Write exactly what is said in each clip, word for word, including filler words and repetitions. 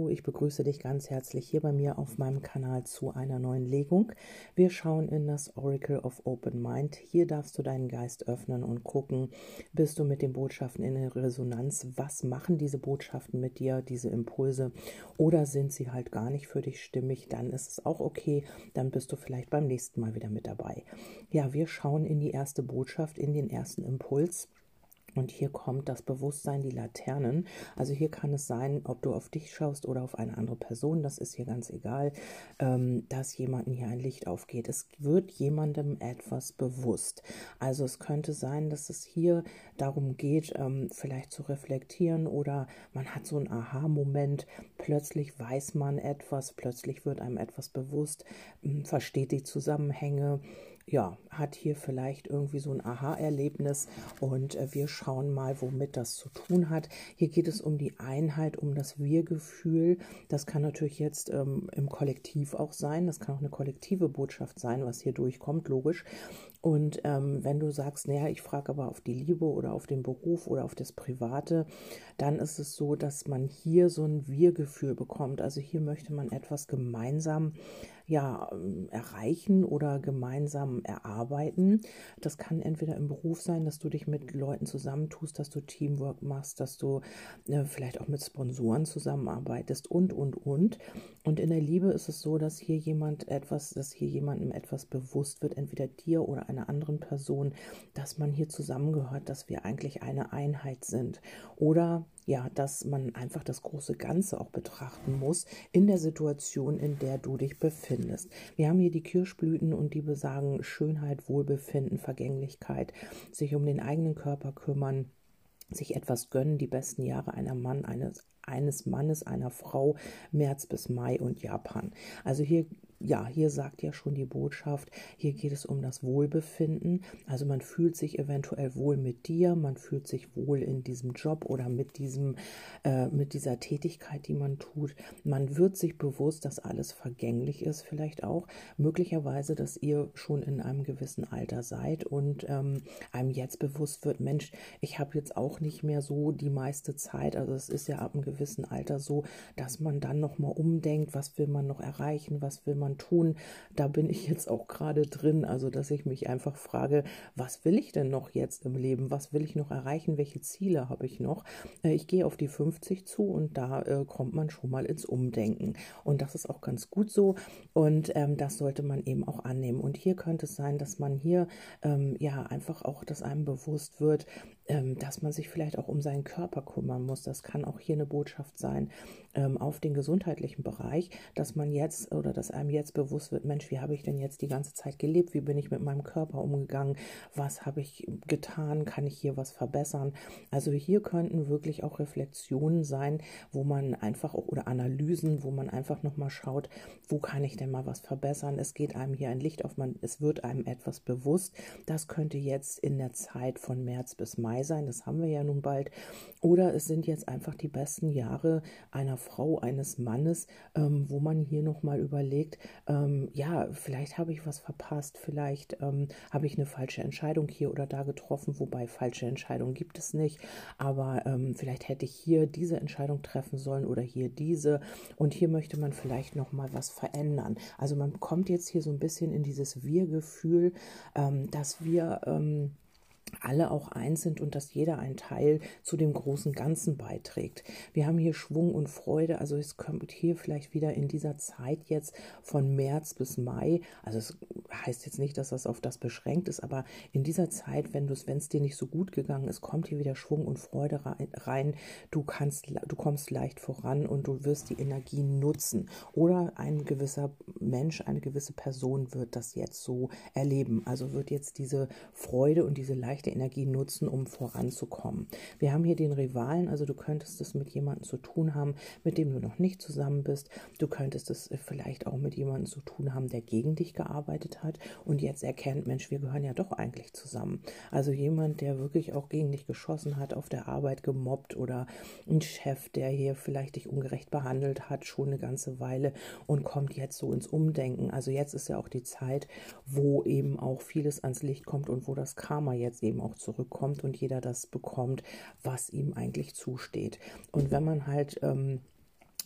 Hallo, ich begrüße dich ganz herzlich hier bei mir auf meinem Kanal zu einer neuen Legung. Wir schauen in das Oracle of Open Mind. Hier darfst du deinen Geist öffnen und gucken, bist du mit den Botschaften in Resonanz? Was machen diese Botschaften mit dir, diese Impulse? Oder sind sie halt gar nicht für dich stimmig? Dann ist es auch okay, dann bist du vielleicht beim nächsten Mal wieder mit dabei. Ja, wir schauen in die erste Botschaft, in den ersten Impuls. Und hier kommt das Bewusstsein, die Laternen. Also hier kann es sein, ob du auf dich schaust oder auf eine andere Person, das ist hier ganz egal, ähm, dass jemandem hier ein Licht aufgeht. Es wird jemandem etwas bewusst. Also es könnte sein, dass es hier darum geht, ähm, vielleicht zu reflektieren oder man hat so einen Aha-Moment, plötzlich weiß man etwas, plötzlich wird einem etwas bewusst, ähm, versteht die Zusammenhänge, ja, hat hier vielleicht irgendwie so ein Aha-Erlebnis und äh, wir schauen mal, womit das zu tun hat. Hier geht es um die Einheit, um das Wir-Gefühl. Das kann natürlich jetzt ähm, im Kollektiv auch sein. Das kann auch eine kollektive Botschaft sein, was hier durchkommt, logisch. Und ähm, wenn du sagst, naja, ich frage aber auf die Liebe oder auf den Beruf oder auf das Private, dann ist es so, dass man hier so ein Wir-Gefühl bekommt. Also hier möchte man etwas gemeinsam ja, erreichen oder gemeinsam erarbeiten. Das kann entweder im Beruf sein, dass du dich mit Leuten zusammentust, dass du Teamwork machst, dass du äh, vielleicht auch mit Sponsoren zusammenarbeitest und, und, und. Und in der Liebe ist es so, dass hier jemand etwas, dass hier jemandem etwas bewusst wird, entweder dir oder einer anderen Person, dass man hier zusammengehört, dass wir eigentlich eine Einheit sind. Oder ja, dass man einfach das große Ganze auch betrachten muss in der Situation, in der du dich befindest. Wir haben hier die Kirschblüten und die besagen Schönheit, Wohlbefinden, Vergänglichkeit, sich um den eigenen Körper kümmern, sich etwas gönnen, die besten Jahre einer Mann, eines, eines Mannes, einer Frau, März bis Mai und Japan. Also hier Ja, hier sagt ja schon die Botschaft, hier geht es um das Wohlbefinden. Also man fühlt sich eventuell wohl mit dir, man fühlt sich wohl in diesem Job oder mit diesem, äh, mit dieser Tätigkeit, die man tut. Man wird sich bewusst, dass alles vergänglich ist, vielleicht auch. Möglicherweise, dass ihr schon in einem gewissen Alter seid und ähm, einem jetzt bewusst wird, Mensch, ich habe jetzt auch nicht mehr so die meiste Zeit. Also es ist ja ab einem gewissen Alter so, dass man dann nochmal umdenkt, was will man noch erreichen, was will man tun. Da bin ich jetzt auch gerade drin, also dass ich mich einfach frage, was will ich denn noch jetzt im Leben? Was will ich noch erreichen? Welche Ziele habe ich noch? Äh, ich gehe auf die fünfzig zu und da äh, kommt man schon mal ins Umdenken. Und das ist auch ganz gut so und ähm, das sollte man eben auch annehmen. Und hier könnte es sein, dass man hier ähm, ja einfach auch, dass einem bewusst wird, ähm, dass man sich vielleicht auch um seinen Körper kümmern muss. Das kann auch hier eine Botschaft sein ähm, auf den gesundheitlichen Bereich, dass man jetzt oder dass einem jetzt bewusst wird, Mensch, wie habe ich denn jetzt die ganze Zeit gelebt? Wie bin ich mit meinem Körper umgegangen? Was habe ich getan? Kann ich hier was verbessern? Also hier könnten wirklich auch Reflexionen sein, wo man einfach auch oder Analysen, wo man einfach nochmal schaut, wo kann ich denn mal was verbessern? Es geht einem hier ein Licht auf, man, es wird einem etwas bewusst. Das könnte jetzt in der Zeit von März bis Mai sein, das haben wir ja nun bald. Oder es sind jetzt einfach die besten Jahre einer Frau, eines Mannes, ähm, wo man hier nochmal überlegt, ähm, ja, vielleicht habe ich was verpasst, vielleicht ähm, habe ich eine falsche Entscheidung hier oder da getroffen, wobei falsche Entscheidungen gibt es nicht, aber ähm, vielleicht hätte ich hier diese Entscheidung treffen sollen oder hier diese und hier möchte man vielleicht nochmal was verändern. Also man kommt jetzt hier so ein bisschen in dieses Wir-Gefühl, ähm, dass wir ähm, alle auch eins sind und dass jeder ein Teil zu dem großen Ganzen beiträgt. Wir haben hier Schwung und Freude, also es kommt hier vielleicht wieder in dieser Zeit jetzt von März bis Mai, also es heißt jetzt nicht, dass das auf das beschränkt ist, aber in dieser Zeit, wenn du es, wenn es dir nicht so gut gegangen ist, kommt hier wieder Schwung und Freude rein, du kannst, du kommst leicht voran und du wirst die Energie nutzen oder ein gewisser Mensch, eine gewisse Person wird das jetzt so erleben, also wird jetzt diese Freude und diese leichte Energie nutzen, um voranzukommen. Wir haben hier den Rivalen, also du könntest es mit jemandem zu tun haben, mit dem du noch nicht zusammen bist. Du könntest es vielleicht auch mit jemandem zu tun haben, der gegen dich gearbeitet hat und jetzt erkennt, Mensch, wir gehören ja doch eigentlich zusammen. Also jemand, der wirklich auch gegen dich geschossen hat, auf der Arbeit gemobbt oder ein Chef, der hier vielleicht dich ungerecht behandelt hat, schon eine ganze Weile und kommt jetzt so ins Umdenken. Also jetzt ist ja auch die Zeit, wo eben auch vieles ans Licht kommt und wo das Karma jetzt eben auch zurückkommt und jeder das bekommt, was ihm eigentlich zusteht. Und wenn man halt ähm,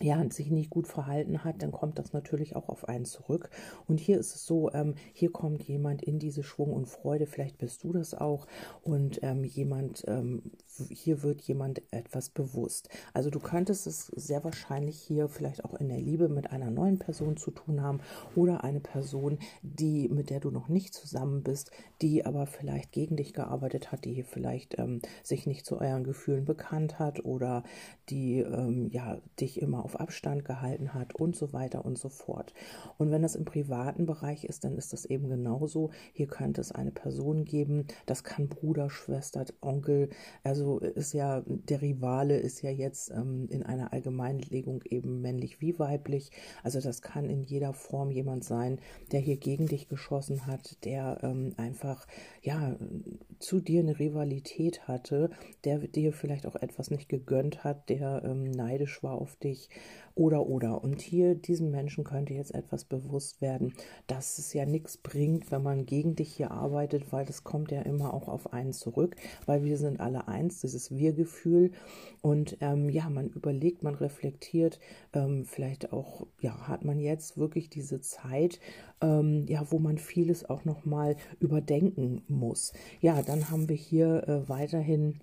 ja, sich nicht gut verhalten hat, dann kommt das natürlich auch auf einen zurück. Und hier ist es so, ähm, hier kommt jemand in diese Schwung und Freude, vielleicht bist du das auch, und ähm, jemand, ähm, hier wird jemand etwas bewusst. Also du könntest es sehr wahrscheinlich hier vielleicht auch in der Liebe mit einer neuen Person zu tun haben oder eine Person, die, mit der du noch nicht zusammen bist, die aber vielleicht gegen dich gearbeitet hat, die hier vielleicht ähm, sich nicht zu euren Gefühlen bekannt hat oder die ähm, ja, dich immer auf Abstand gehalten hat und so weiter und so fort. Und wenn das im privaten Bereich ist, dann ist das eben genauso. Hier könnte es eine Person geben, das kann Bruder, Schwester, Onkel, also ist ja, der Rivale ist ja jetzt ähm, in einer Allgemeinlegung eben männlich wie weiblich. Also das kann in jeder Form jemand sein, der hier gegen dich geschossen hat, der ähm, einfach, ja, zu dir eine Rivalität hatte, der dir vielleicht auch etwas nicht gegönnt hat, der ähm, neidisch war auf dich oder oder. Und hier diesem Menschen könnte jetzt etwas bewusst werden, dass es ja nichts bringt, wenn man gegen dich hier arbeitet, weil das kommt ja immer auch auf einen zurück, weil wir sind alle eins, dieses Wir-Gefühl. Und ähm, ja, man überlegt, man reflektiert, ähm, vielleicht auch, ja, hat man jetzt wirklich diese Zeit, ähm, ja, wo man vieles auch nochmal überdenken muss. Ja, dann haben wir hier äh, weiterhin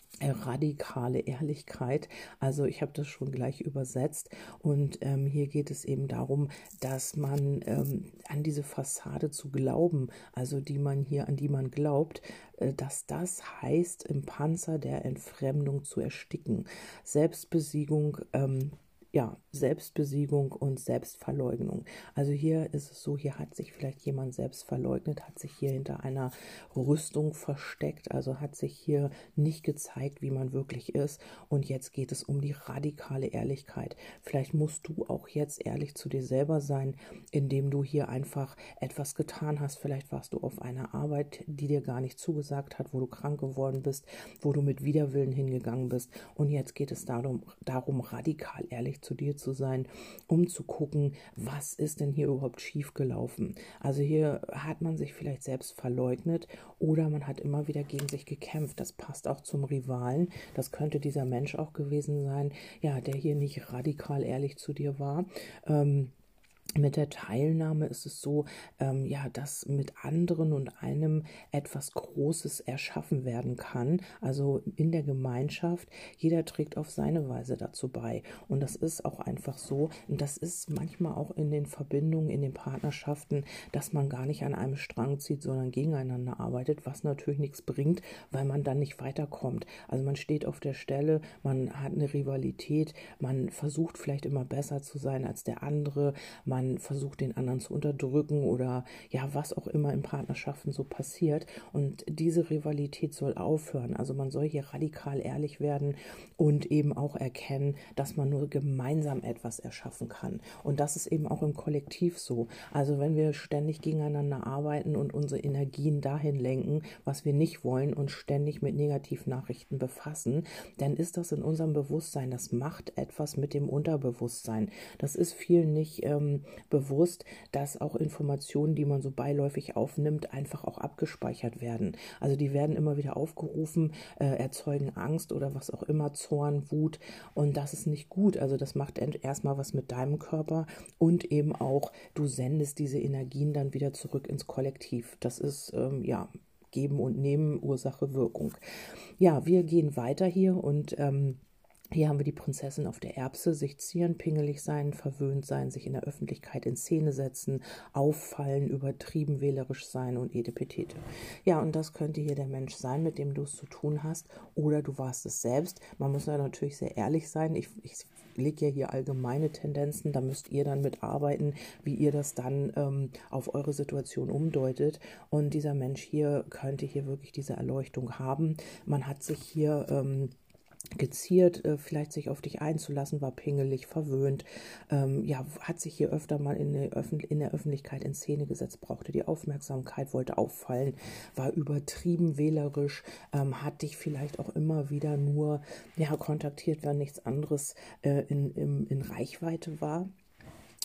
radikale Ehrlichkeit. Also ich habe das schon gleich übersetzt und ähm, hier geht es eben darum, dass man ähm, an diese Fassade zu glauben, also die man hier, an die man glaubt, äh, dass das heißt, im Panzer der Entfremdung zu ersticken. Selbstbesiegung, ähm, ja, Selbstbesiegung und Selbstverleugnung. Also hier ist es so, hier hat sich vielleicht jemand selbst verleugnet, hat sich hier hinter einer Rüstung versteckt, also hat sich hier nicht gezeigt, wie man wirklich ist. Und jetzt geht es um die radikale Ehrlichkeit. Vielleicht musst du auch jetzt ehrlich zu dir selber sein, indem du hier einfach etwas getan hast. Vielleicht warst du auf einer Arbeit, die dir gar nicht zugesagt hat, wo du krank geworden bist, wo du mit Widerwillen hingegangen bist. Und jetzt geht es darum, darum radikal ehrlich zu dir zu sein, um zu gucken, was ist denn hier überhaupt schief gelaufen. Also hier hat man sich vielleicht selbst verleugnet oder man hat immer wieder gegen sich gekämpft. Das passt auch zum Rivalen. Das könnte dieser Mensch auch gewesen sein, ja, der hier nicht radikal ehrlich zu dir war. Ähm, Mit der Teilnahme ist es so, ähm, ja, dass mit anderen und einem etwas Großes erschaffen werden kann. Also in der Gemeinschaft, jeder trägt auf seine Weise dazu bei. Und das ist auch einfach so. Und das ist manchmal auch in den Verbindungen, in den Partnerschaften, dass man gar nicht an einem Strang zieht, sondern gegeneinander arbeitet, was natürlich nichts bringt, weil man dann nicht weiterkommt. Also man steht auf der Stelle, man hat eine Rivalität, man versucht vielleicht immer besser zu sein als der andere, man Man versucht, den anderen zu unterdrücken oder ja, was auch immer in Partnerschaften so passiert. Und diese Rivalität soll aufhören. Also man soll hier radikal ehrlich werden und eben auch erkennen, dass man nur gemeinsam etwas erschaffen kann. Und das ist eben auch im Kollektiv so. Also wenn wir ständig gegeneinander arbeiten und unsere Energien dahin lenken, was wir nicht wollen und ständig mit Negativnachrichten befassen, dann ist das in unserem Bewusstsein. Das macht etwas mit dem Unterbewusstsein. Das ist vielen nicht ähm, bewusst, dass auch Informationen, die man so beiläufig aufnimmt, einfach auch abgespeichert werden. Also die werden immer wieder aufgerufen, äh, erzeugen Angst oder was auch immer, Zorn, Wut, und das ist nicht gut. Also das macht erstmal was mit deinem Körper und eben auch, du sendest diese Energien dann wieder zurück ins Kollektiv. Das ist, ähm, ja, Geben und Nehmen, Ursache, Wirkung. Ja, wir gehen weiter hier und ähm, hier haben wir die Prinzessin auf der Erbse, sich zieren, pingelig sein, verwöhnt sein, sich in der Öffentlichkeit in Szene setzen, auffallen, übertrieben wählerisch sein und edepetete. Ja, und das könnte hier der Mensch sein, mit dem du es zu tun hast, oder du warst es selbst. Man muss ja natürlich sehr ehrlich sein. Ich, ich lege ja hier allgemeine Tendenzen, da müsst ihr dann mitarbeiten, wie ihr das dann ähm, auf eure Situation umdeutet. Und dieser Mensch hier könnte hier wirklich diese Erleuchtung haben. Man hat sich hier ähm, geziert, äh, vielleicht sich auf dich einzulassen, war pingelig, verwöhnt, ähm, ja, hat sich hier öfter mal in der, Öffentlich- in der Öffentlichkeit in Szene gesetzt, brauchte die Aufmerksamkeit, wollte auffallen, war übertrieben wählerisch, ähm, hat dich vielleicht auch immer wieder nur, ja, kontaktiert, wenn nichts anderes äh, in, in, in Reichweite war.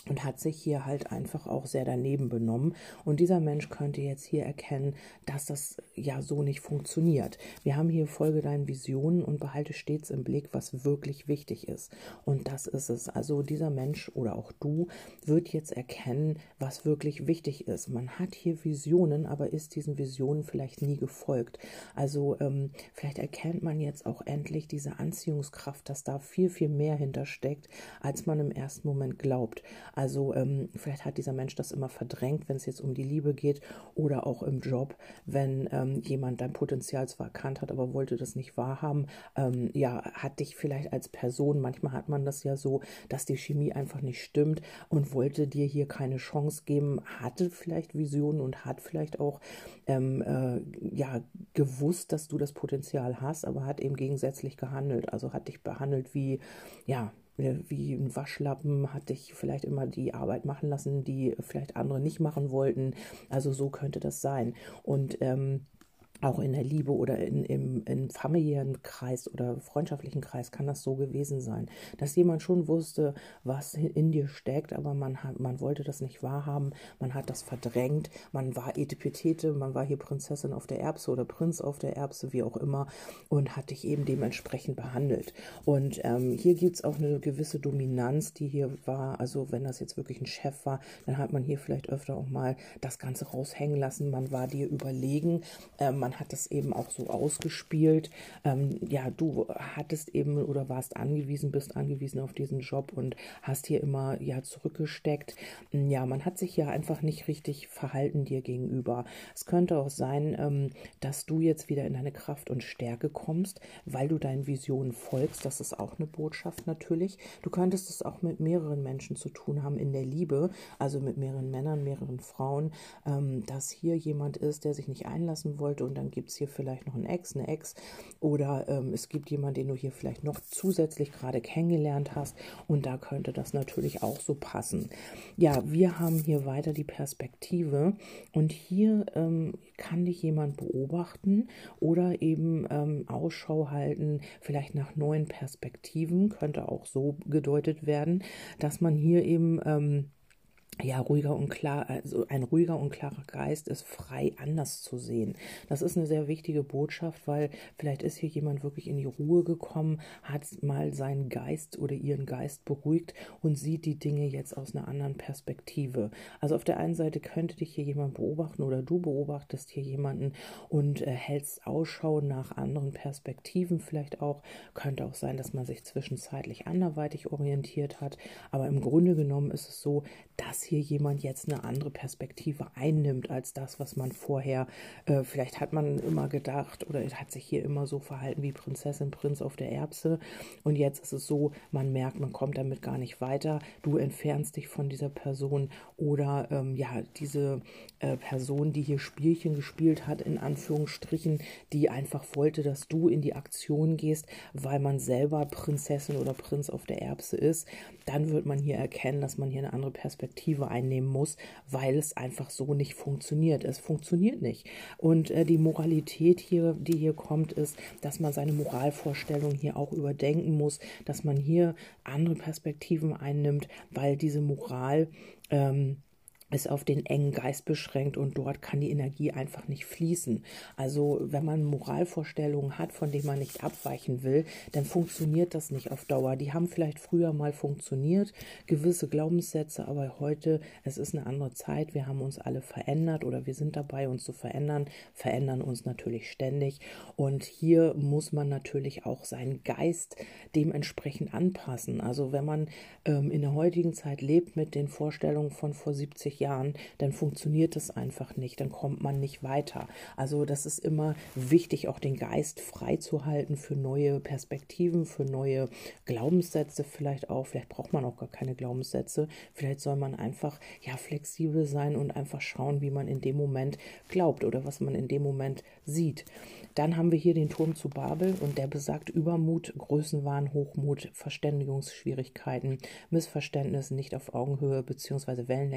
und hat sich hier halt einfach auch sehr daneben benommen. Und dieser Mensch könnte jetzt hier erkennen, dass das ja so nicht funktioniert. Wir haben hier: Folge deinen Visionen und behalte stets im Blick, was wirklich wichtig ist. Und das ist es. Also dieser Mensch oder auch du wird jetzt erkennen, was wirklich wichtig ist. Man hat hier Visionen, aber ist diesen Visionen vielleicht nie gefolgt. Also ähm, vielleicht erkennt man jetzt auch endlich diese Anziehungskraft, dass da viel, viel mehr hintersteckt, als man im ersten Moment glaubt. Also ähm, vielleicht hat dieser Mensch das immer verdrängt, wenn es jetzt um die Liebe geht oder auch im Job, wenn ähm, jemand dein Potenzial zwar erkannt hat, aber wollte das nicht wahrhaben. Ähm, ja, hat dich vielleicht als Person, manchmal hat man das ja so, dass die Chemie einfach nicht stimmt und wollte dir hier keine Chance geben, hatte vielleicht Visionen und hat vielleicht auch ähm, äh, ja, gewusst, dass du das Potenzial hast, aber hat eben gegensätzlich gehandelt. Also hat dich behandelt wie, ja, wie ein Waschlappen, hat dich vielleicht immer die Arbeit machen lassen, die vielleicht andere nicht machen wollten. Also so könnte das sein. Und ähm, auch in der Liebe oder in, im, im familiären Kreis oder freundschaftlichen Kreis kann das so gewesen sein, dass jemand schon wusste, was in dir steckt, aber man, hat, man wollte das nicht wahrhaben, man hat das verdrängt, man war Etepetete, man war hier Prinzessin auf der Erbse oder Prinz auf der Erbse, wie auch immer, und hat dich eben dementsprechend behandelt. Und ähm, hier gibt es auch eine gewisse Dominanz, die hier war. Also wenn das jetzt wirklich ein Chef war, dann hat man hier vielleicht öfter auch mal das Ganze raushängen lassen, man war dir überlegen, ähm, man hat das eben auch so ausgespielt. Ähm, ja, du hattest eben oder warst angewiesen, bist angewiesen auf diesen Job und hast hier immer ja zurückgesteckt. Ja, man hat sich ja einfach nicht richtig verhalten dir gegenüber. Es könnte auch sein, ähm, dass du jetzt wieder in deine Kraft und Stärke kommst, weil du deinen Visionen folgst. Das ist auch eine Botschaft natürlich. Du könntest es auch mit mehreren Menschen zu tun haben in der Liebe, also mit mehreren Männern, mehreren Frauen, ähm, dass hier jemand ist, der sich nicht einlassen wollte, und dann gibt es hier vielleicht noch einen Ex, eine Ex, oder ähm, es gibt jemanden, den du hier vielleicht noch zusätzlich gerade kennengelernt hast, und da könnte das natürlich auch so passen. Ja, wir haben hier weiter die Perspektive, und hier ähm, kann dich jemand beobachten oder eben ähm, Ausschau halten, vielleicht nach neuen Perspektiven, könnte auch so gedeutet werden, dass man hier eben ähm, ja, ruhiger und klar, also ein ruhiger und klarer Geist ist frei, anders zu sehen. Das ist eine sehr wichtige Botschaft, weil vielleicht ist hier jemand wirklich in die Ruhe gekommen, hat mal seinen Geist oder ihren Geist beruhigt und sieht die Dinge jetzt aus einer anderen Perspektive. Also auf der einen Seite könnte dich hier jemand beobachten oder du beobachtest hier jemanden und äh, hältst Ausschau nach anderen Perspektiven vielleicht auch. Könnte auch sein, dass man sich zwischenzeitlich anderweitig orientiert hat, aber im Grunde genommen ist es so, dass hier jemand jetzt eine andere Perspektive einnimmt als das, was man vorher, äh, vielleicht hat man immer gedacht oder hat sich hier immer so verhalten wie Prinzessin, Prinz auf der Erbse, und jetzt ist es so, man merkt, man kommt damit gar nicht weiter, du entfernst dich von dieser Person oder ähm, ja, diese äh, Person, die hier Spielchen gespielt hat, in Anführungsstrichen, die einfach wollte, dass du in die Aktion gehst, weil man selber Prinzessin oder Prinz auf der Erbse ist, dann wird man hier erkennen, dass man hier eine andere Perspektive einnehmen muss, weil es einfach so nicht funktioniert. Es funktioniert nicht. Und äh, die Moralität hier, die hier kommt, ist, dass man seine Moralvorstellung hier auch überdenken muss, dass man hier andere Perspektiven einnimmt, weil diese Moral ähm, ist auf den engen Geist beschränkt und dort kann die Energie einfach nicht fließen. Also wenn man Moralvorstellungen hat, von denen man nicht abweichen will, dann funktioniert das nicht auf Dauer. Die haben vielleicht früher mal funktioniert, gewisse Glaubenssätze, aber heute, es ist eine andere Zeit, wir haben uns alle verändert oder wir sind dabei, uns zu verändern, verändern uns natürlich ständig, und hier muss man natürlich auch seinen Geist dementsprechend anpassen. Also wenn man ähm, in der heutigen Zeit lebt mit den Vorstellungen von vor siebzig Jahren, dann funktioniert das einfach nicht, dann kommt man nicht weiter. Also das ist immer wichtig, auch den Geist frei zu halten für neue Perspektiven, für neue Glaubenssätze vielleicht auch. Vielleicht braucht man auch gar keine Glaubenssätze. Vielleicht soll man einfach ja flexibel sein und einfach schauen, wie man in dem Moment glaubt oder was man in dem Moment sieht. Dann haben wir hier den Turm zu Babel, und der besagt Übermut, Größenwahn, Hochmut, Verständigungsschwierigkeiten, Missverständnis, nicht auf Augenhöhe bzw. Wellenlänge sein, ein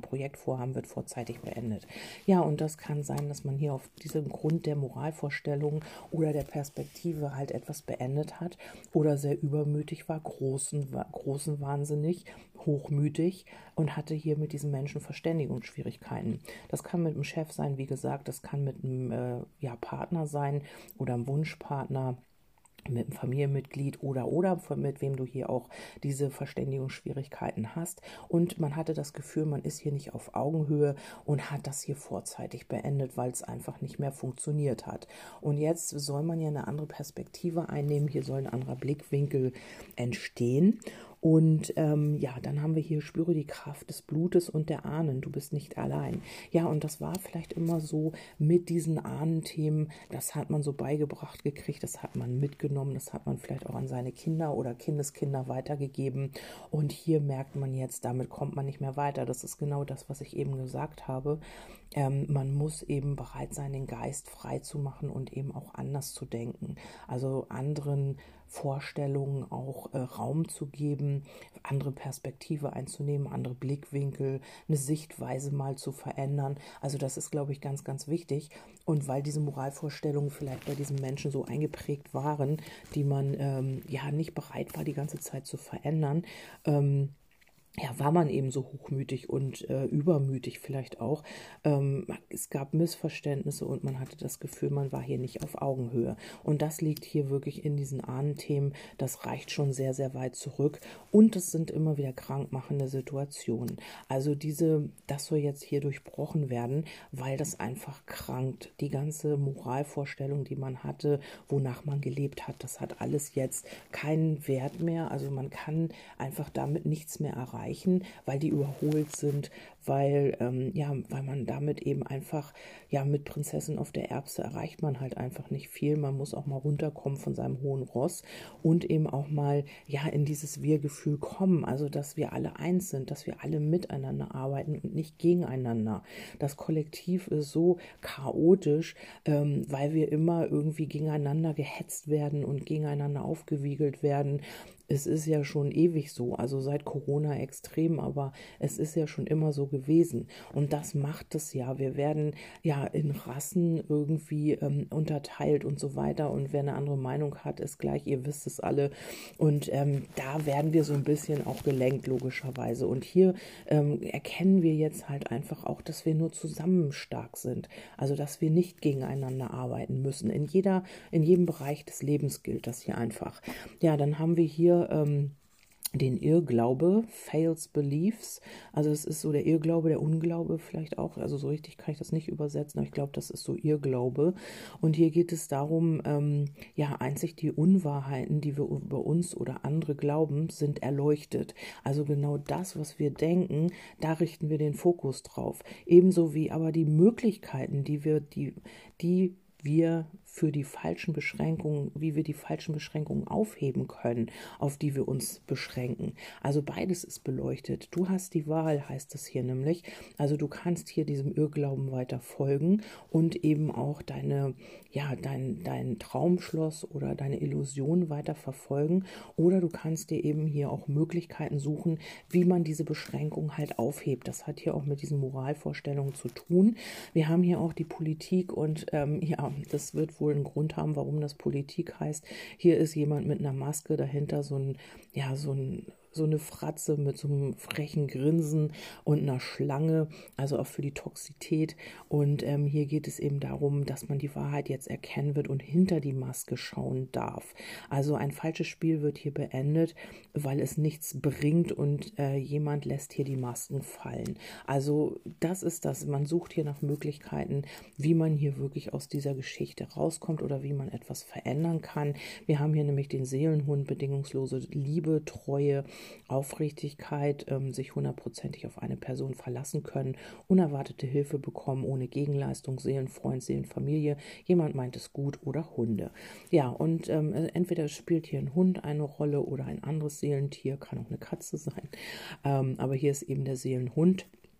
ein Projekt vorhaben, wird vorzeitig beendet. Ja, und das kann sein, dass man hier auf diesem Grund der Moralvorstellung oder der Perspektive halt etwas beendet hat oder sehr übermütig war, großen, großen wahnsinnig, hochmütig und hatte hier mit diesen Menschen Verständigungsschwierigkeiten. Das kann mit einem Chef sein, wie gesagt, das kann mit einem äh, ja, Partner sein oder einem Wunschpartner, mit einem Familienmitglied oder oder mit wem du hier auch diese Verständigungsschwierigkeiten hast. Und man hatte das Gefühl, man ist hier nicht auf Augenhöhe und hat das hier vorzeitig beendet, weil es einfach nicht mehr funktioniert hat. Und jetzt soll man ja eine andere Perspektive einnehmen, hier soll ein anderer Blickwinkel entstehen. Und ähm, ja, dann haben wir hier, spüre die Kraft des Blutes und der Ahnen, du bist nicht allein. Ja, und das war vielleicht immer so mit diesen Ahnenthemen, das hat man so beigebracht gekriegt, das hat man mitgenommen, das hat man vielleicht auch an seine Kinder oder Kindeskinder weitergegeben. Und hier merkt man jetzt, damit kommt man nicht mehr weiter. Das ist genau das, was ich eben gesagt habe. Ähm, man muss eben bereit sein, den Geist frei zu machen und eben auch anders zu denken. Also anderen Vorstellungen auch äh, Raum zu geben, andere Perspektive einzunehmen, andere Blickwinkel, eine Sichtweise mal zu verändern. Also das ist, glaube ich, ganz, ganz wichtig. Und weil diese Moralvorstellungen vielleicht bei diesen Menschen so eingeprägt waren, die man ähm, ja nicht bereit war, die ganze Zeit zu verändern, ähm, ja, war man eben so hochmütig und äh, übermütig vielleicht auch. Ähm, es gab Missverständnisse und man hatte das Gefühl, man war hier nicht auf Augenhöhe. Und das liegt hier wirklich in diesen Ahnenthemen. Das reicht schon sehr, sehr weit zurück. Und es sind immer wieder krankmachende Situationen. Also diese, das soll jetzt hier durchbrochen werden, weil das einfach krankt. Die ganze Moralvorstellung, die man hatte, wonach man gelebt hat, das hat alles jetzt keinen Wert mehr. Also man kann einfach damit nichts mehr erreichen, weil die überholt sind, weil, ähm, ja, weil man damit eben einfach, ja, mit Prinzessin auf der Erbse erreicht man halt einfach nicht viel. Man muss auch mal runterkommen von seinem hohen Ross und eben auch mal, ja, in dieses Wir-Gefühl kommen, also dass wir alle eins sind, dass wir alle miteinander arbeiten und nicht gegeneinander. Das Kollektiv ist so chaotisch, ähm, weil wir immer irgendwie gegeneinander gehetzt werden und gegeneinander aufgewiegelt werden. Es ist ja schon ewig so, also seit Corona extrem, aber es ist ja schon immer so gewesen. Und das macht es ja. Wir werden ja in Rassen irgendwie ähm, unterteilt und so weiter. Und wer eine andere Meinung hat, ist gleich, ihr wisst es alle. Und ähm, da werden wir so ein bisschen auch gelenkt, logischerweise. Und hier ähm, erkennen wir jetzt halt einfach auch, dass wir nur zusammen stark sind. Also, dass wir nicht gegeneinander arbeiten müssen. In jeder, in jedem Bereich des Lebens gilt das hier einfach. Ja, dann haben wir hier ähm, den Irrglaube, Fails Beliefs, also es ist so der Irrglaube, der Unglaube vielleicht auch, also so richtig kann ich das nicht übersetzen, aber ich glaube, das ist so Irrglaube. Und hier geht es darum, ähm, ja, einzig die Unwahrheiten, die wir über uns oder andere glauben, sind erleuchtet. Also genau das, was wir denken, da richten wir den Fokus drauf. Ebenso wie aber die Möglichkeiten, die wir, die, die wir für die falschen Beschränkungen, wie wir die falschen Beschränkungen aufheben können, auf die wir uns beschränken. Also beides ist beleuchtet. Du hast die Wahl, heißt es hier nämlich. Also du kannst hier diesem Irrglauben weiter folgen und eben auch deine, ja, dein, dein Traumschloss oder deine Illusion weiter verfolgen. Oder du kannst dir eben hier auch Möglichkeiten suchen, wie man diese Beschränkung halt aufhebt. Das hat hier auch mit diesen Moralvorstellungen zu tun. Wir haben hier auch die Politik und ähm, ja, das wird wohl einen Grund haben, warum das Politik heißt. Hier ist jemand mit einer Maske, dahinter so ein, ja, so ein so eine Fratze mit so einem frechen Grinsen und einer Schlange, also auch für die Toxität. Und ähm, hier geht es eben darum, dass man die Wahrheit jetzt erkennen wird und hinter die Maske schauen darf. Also ein falsches Spiel wird hier beendet, weil es nichts bringt und äh, jemand lässt hier die Masken fallen. Also das ist das. Man sucht hier nach Möglichkeiten, wie man hier wirklich aus dieser Geschichte rauskommt oder wie man etwas verändern kann. Wir haben hier nämlich den Seelenhund, bedingungslose Liebe, Treue, Aufrichtigkeit, ähm, sich hundertprozentig auf eine Person verlassen können, unerwartete Hilfe bekommen, ohne Gegenleistung, Seelenfreund, Seelenfamilie, jemand meint es gut oder Hunde. Ja, und ähm, entweder spielt hier ein Hund eine Rolle oder ein anderes Seelentier, kann auch eine Katze sein, ähm, aber hier ist eben der Seelenhund.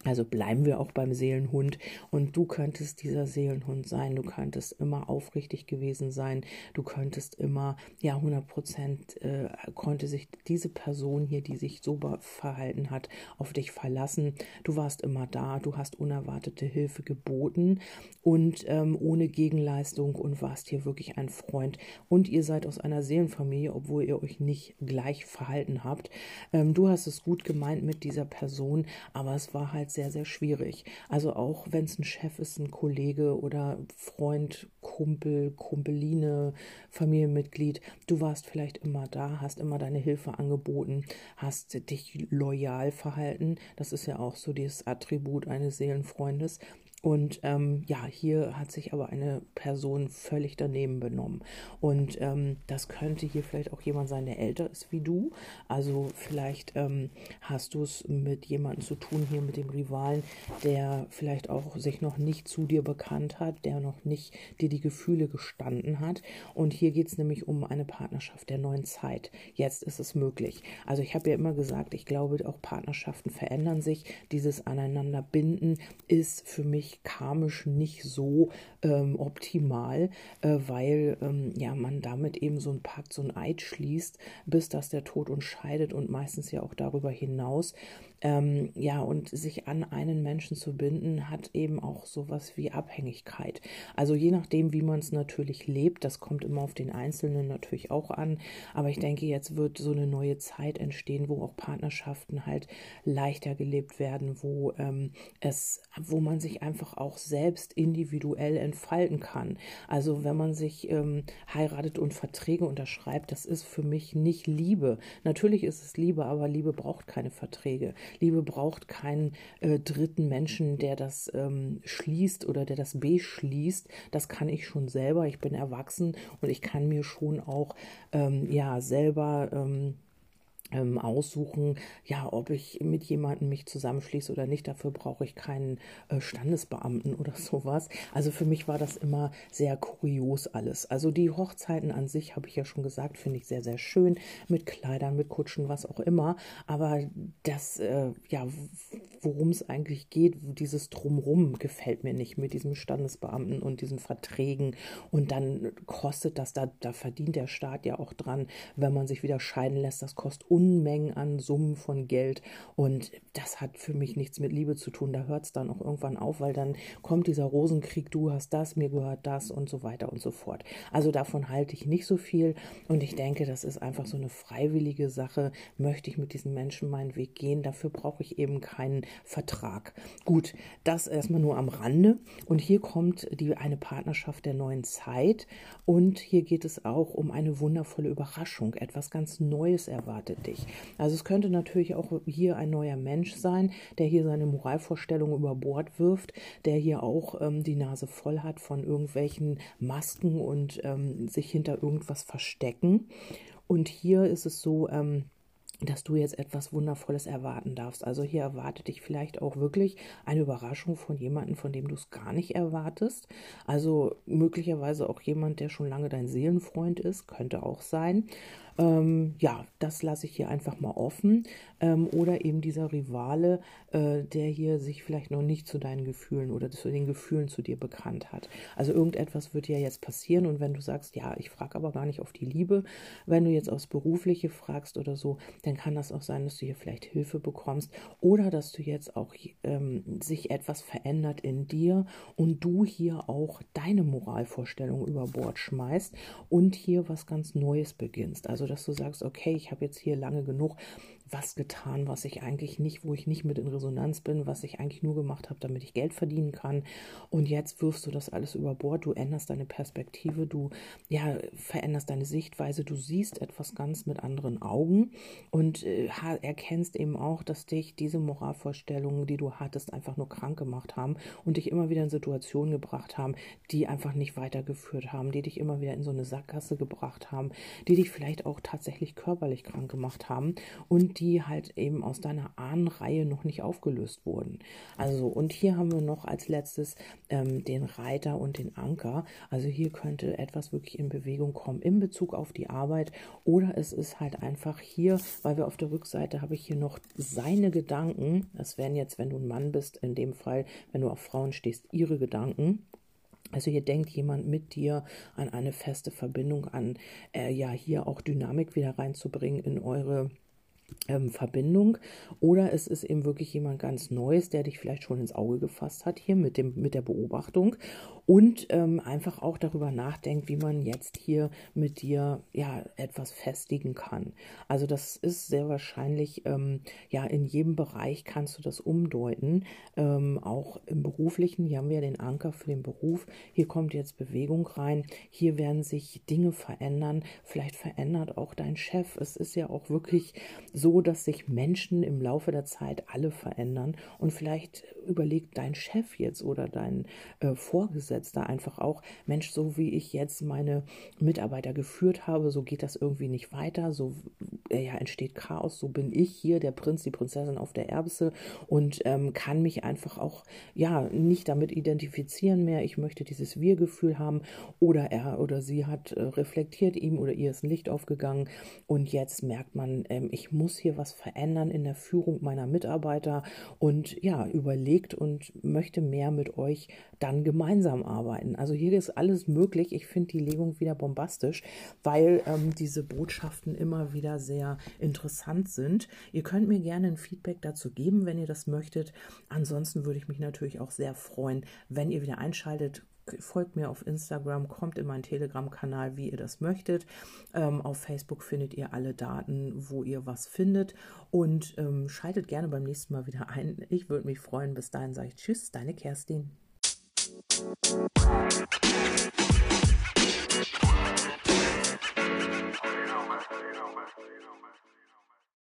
Also bleiben wir auch beim Seelenhund und du könntest dieser Seelenhund sein, du könntest immer aufrichtig gewesen sein, du könntest immer, ja, hundert Prozent äh, konnte sich diese Person hier, die sich so verhalten hat, auf dich verlassen. Du warst immer da, du hast unerwartete Hilfe geboten und ähm, ohne Gegenleistung und warst hier wirklich ein Freund und ihr seid aus einer Seelenfamilie, obwohl ihr euch nicht gleich verhalten habt. Ähm, du hast es gut gemeint mit dieser Person, aber es war halt sehr, sehr schwierig. Also auch wenn es ein Chef ist, ein Kollege oder Freund, Kumpel, Kumpeline, Familienmitglied, du warst vielleicht immer da, hast immer deine Hilfe angeboten, hast dich loyal verhalten. Das ist ja auch so dieses Attribut eines Seelenfreundes. Und ähm, ja, hier hat sich aber eine Person völlig daneben benommen. Und ähm, das könnte hier vielleicht auch jemand sein, der älter ist wie du. Also vielleicht ähm, hast du es mit jemandem zu tun hier, mit dem Rivalen, der vielleicht auch sich noch nicht zu dir bekannt hat, der noch nicht dir die Gefühle gestanden hat. Und hier geht es nämlich um eine Partnerschaft der neuen Zeit. Jetzt ist es möglich. Also ich habe ja immer gesagt, ich glaube, auch Partnerschaften verändern sich. Dieses Aneinanderbinden ist für mich karmisch nicht so ähm, optimal, äh, weil ähm, ja man damit eben so ein Pakt, so ein Eid schließt, bis dass der Tod uns scheidet und meistens ja auch darüber hinaus. Ähm, ja, und sich an einen Menschen zu binden, hat eben auch sowas wie Abhängigkeit. Also je nachdem, wie man es natürlich lebt, das kommt immer auf den Einzelnen natürlich auch an, aber ich denke, jetzt wird so eine neue Zeit entstehen, wo auch Partnerschaften halt leichter gelebt werden, wo ähm, es, wo man sich einfach auch selbst individuell entfalten kann. Also wenn man sich ähm, heiratet und Verträge unterschreibt, das ist für mich nicht Liebe. Natürlich ist es Liebe, aber Liebe braucht keine Verträge. Liebe braucht keinen äh, dritten Menschen, der das ähm, schließt oder der das beschließt. Das kann ich schon selber. Ich bin erwachsen und ich kann mir schon auch ähm, ja selber ähm, ähm, aussuchen, ja, ob ich mit jemandem mich zusammenschließe oder nicht. Dafür brauche ich keinen äh, Standesbeamten oder sowas. Also für mich war das immer sehr kurios alles. Also die Hochzeiten an sich, habe ich ja schon gesagt, finde ich sehr, sehr schön. Mit Kleidern, mit Kutschen, was auch immer. Aber das, äh, ja, worum es eigentlich geht, dieses Drumrum gefällt mir nicht mit diesem Standesbeamten und diesen Verträgen. Und dann kostet das, da, da verdient der Staat ja auch dran, wenn man sich wieder scheiden lässt. Das kostet Unmengen an Summen von Geld und das hat für mich nichts mit Liebe zu tun. Da hört es dann auch irgendwann auf, weil dann kommt dieser Rosenkrieg, du hast das, mir gehört das und so weiter und so fort. Also davon halte ich nicht so viel und ich denke, das ist einfach so eine freiwillige Sache. Möchte ich mit diesen Menschen meinen Weg gehen? Dafür brauche ich eben keinen Vertrag. Gut, das erstmal nur am Rande und hier kommt die, eine Partnerschaft der neuen Zeit und hier geht es auch um eine wundervolle Überraschung. Etwas ganz Neues erwartet dich. Also es könnte natürlich auch hier ein neuer Mensch sein, der hier seine Moralvorstellungen über Bord wirft, der hier auch ähm, die Nase voll hat von irgendwelchen Masken und ähm, sich hinter irgendwas verstecken. Und hier ist es so, ähm, dass du jetzt etwas Wundervolles erwarten darfst. Also hier erwartet dich vielleicht auch wirklich eine Überraschung von jemandem, von dem du es gar nicht erwartest. Also möglicherweise auch jemand, der schon lange dein Seelenfreund ist, könnte auch sein. Ähm, ja, das lasse ich hier einfach mal offen. Ähm, oder eben dieser Rivale, äh, der hier sich vielleicht noch nicht zu deinen Gefühlen oder zu den Gefühlen zu dir bekannt hat. Also irgendetwas wird ja jetzt passieren und wenn du sagst, ja, ich frage aber gar nicht auf die Liebe, wenn du jetzt aufs Berufliche fragst oder so, dann kann das auch sein, dass du hier vielleicht Hilfe bekommst oder dass du jetzt auch ähm, sich etwas verändert in dir und du hier auch deine Moralvorstellung über Bord schmeißt und hier was ganz Neues beginnst. Also dass du sagst, okay, ich habe jetzt hier lange genug was getan, was ich eigentlich nicht, wo ich nicht mit in Resonanz bin, was ich eigentlich nur gemacht habe, damit ich Geld verdienen kann. Und jetzt wirfst du das alles über Bord, du änderst deine Perspektive, du ja, veränderst deine Sichtweise, du siehst etwas ganz mit anderen Augen und äh, erkennst eben auch, dass dich diese Moralvorstellungen, die du hattest, einfach nur krank gemacht haben und dich immer wieder in Situationen gebracht haben, die einfach nicht weitergeführt haben, die dich immer wieder in so eine Sackgasse gebracht haben, die dich vielleicht auch tatsächlich körperlich krank gemacht haben und die halt eben aus deiner Ahnenreihe noch nicht aufgelöst wurden. Also, und hier haben wir noch als letztes ähm, den Reiter und den Anker. Also hier könnte etwas wirklich in Bewegung kommen in Bezug auf die Arbeit, oder es ist halt einfach hier, weil wir auf der Rückseite habe ich hier noch seine Gedanken. Das wären jetzt, wenn du ein Mann bist, in dem Fall, wenn du auf Frauen stehst, ihre Gedanken. Also hier denkt jemand mit dir an eine feste Verbindung, an äh, ja hier auch Dynamik wieder reinzubringen in eure Ähm, Verbindung, oder es ist eben wirklich jemand ganz Neues, der dich vielleicht schon ins Auge gefasst hat hier mit dem mit der Beobachtung und ähm, einfach auch darüber nachdenkt, wie man jetzt hier mit dir ja etwas festigen kann. Also das ist sehr wahrscheinlich ähm, ja in jedem Bereich kannst du das umdeuten, ähm, auch im Beruflichen. Hier haben wir den Anker für den Beruf. Hier kommt jetzt Bewegung rein. Hier werden sich Dinge verändern. Vielleicht verändert auch dein Chef. Es ist ja auch wirklich so, dass sich Menschen im Laufe der Zeit alle verändern, und vielleicht überlegt dein Chef jetzt oder dein äh, Vorgesetzter einfach auch, Mensch, so wie ich jetzt meine Mitarbeiter geführt habe, so geht das irgendwie nicht weiter, so äh, ja, entsteht Chaos, so bin ich hier der Prinz, die Prinzessin auf der Erbse und ähm, kann mich einfach auch ja nicht damit identifizieren mehr, ich möchte dieses Wir-Gefühl haben, oder er oder sie hat äh, reflektiert, ihm oder ihr ist ein Licht aufgegangen und jetzt merkt man, ähm, ich muss hier was verändern in der Führung meiner Mitarbeiter und ja, überlegt und möchte mehr mit euch dann gemeinsam arbeiten. Also hier ist alles möglich. Ich finde die Legung wieder bombastisch, weil ähm, diese Botschaften immer wieder sehr interessant sind. Ihr könnt mir gerne ein Feedback dazu geben, wenn ihr das möchtet. Ansonsten würde ich mich natürlich auch sehr freuen, wenn ihr wieder einschaltet. Folgt mir auf Instagram, kommt in meinen Telegram-Kanal, wie ihr das möchtet. Ähm, auf Facebook findet ihr alle Daten, wo ihr was findet, und ähm, schaltet gerne beim nächsten Mal wieder ein. Ich würde mich freuen. Bis dahin sage ich Tschüss, deine Kerstin.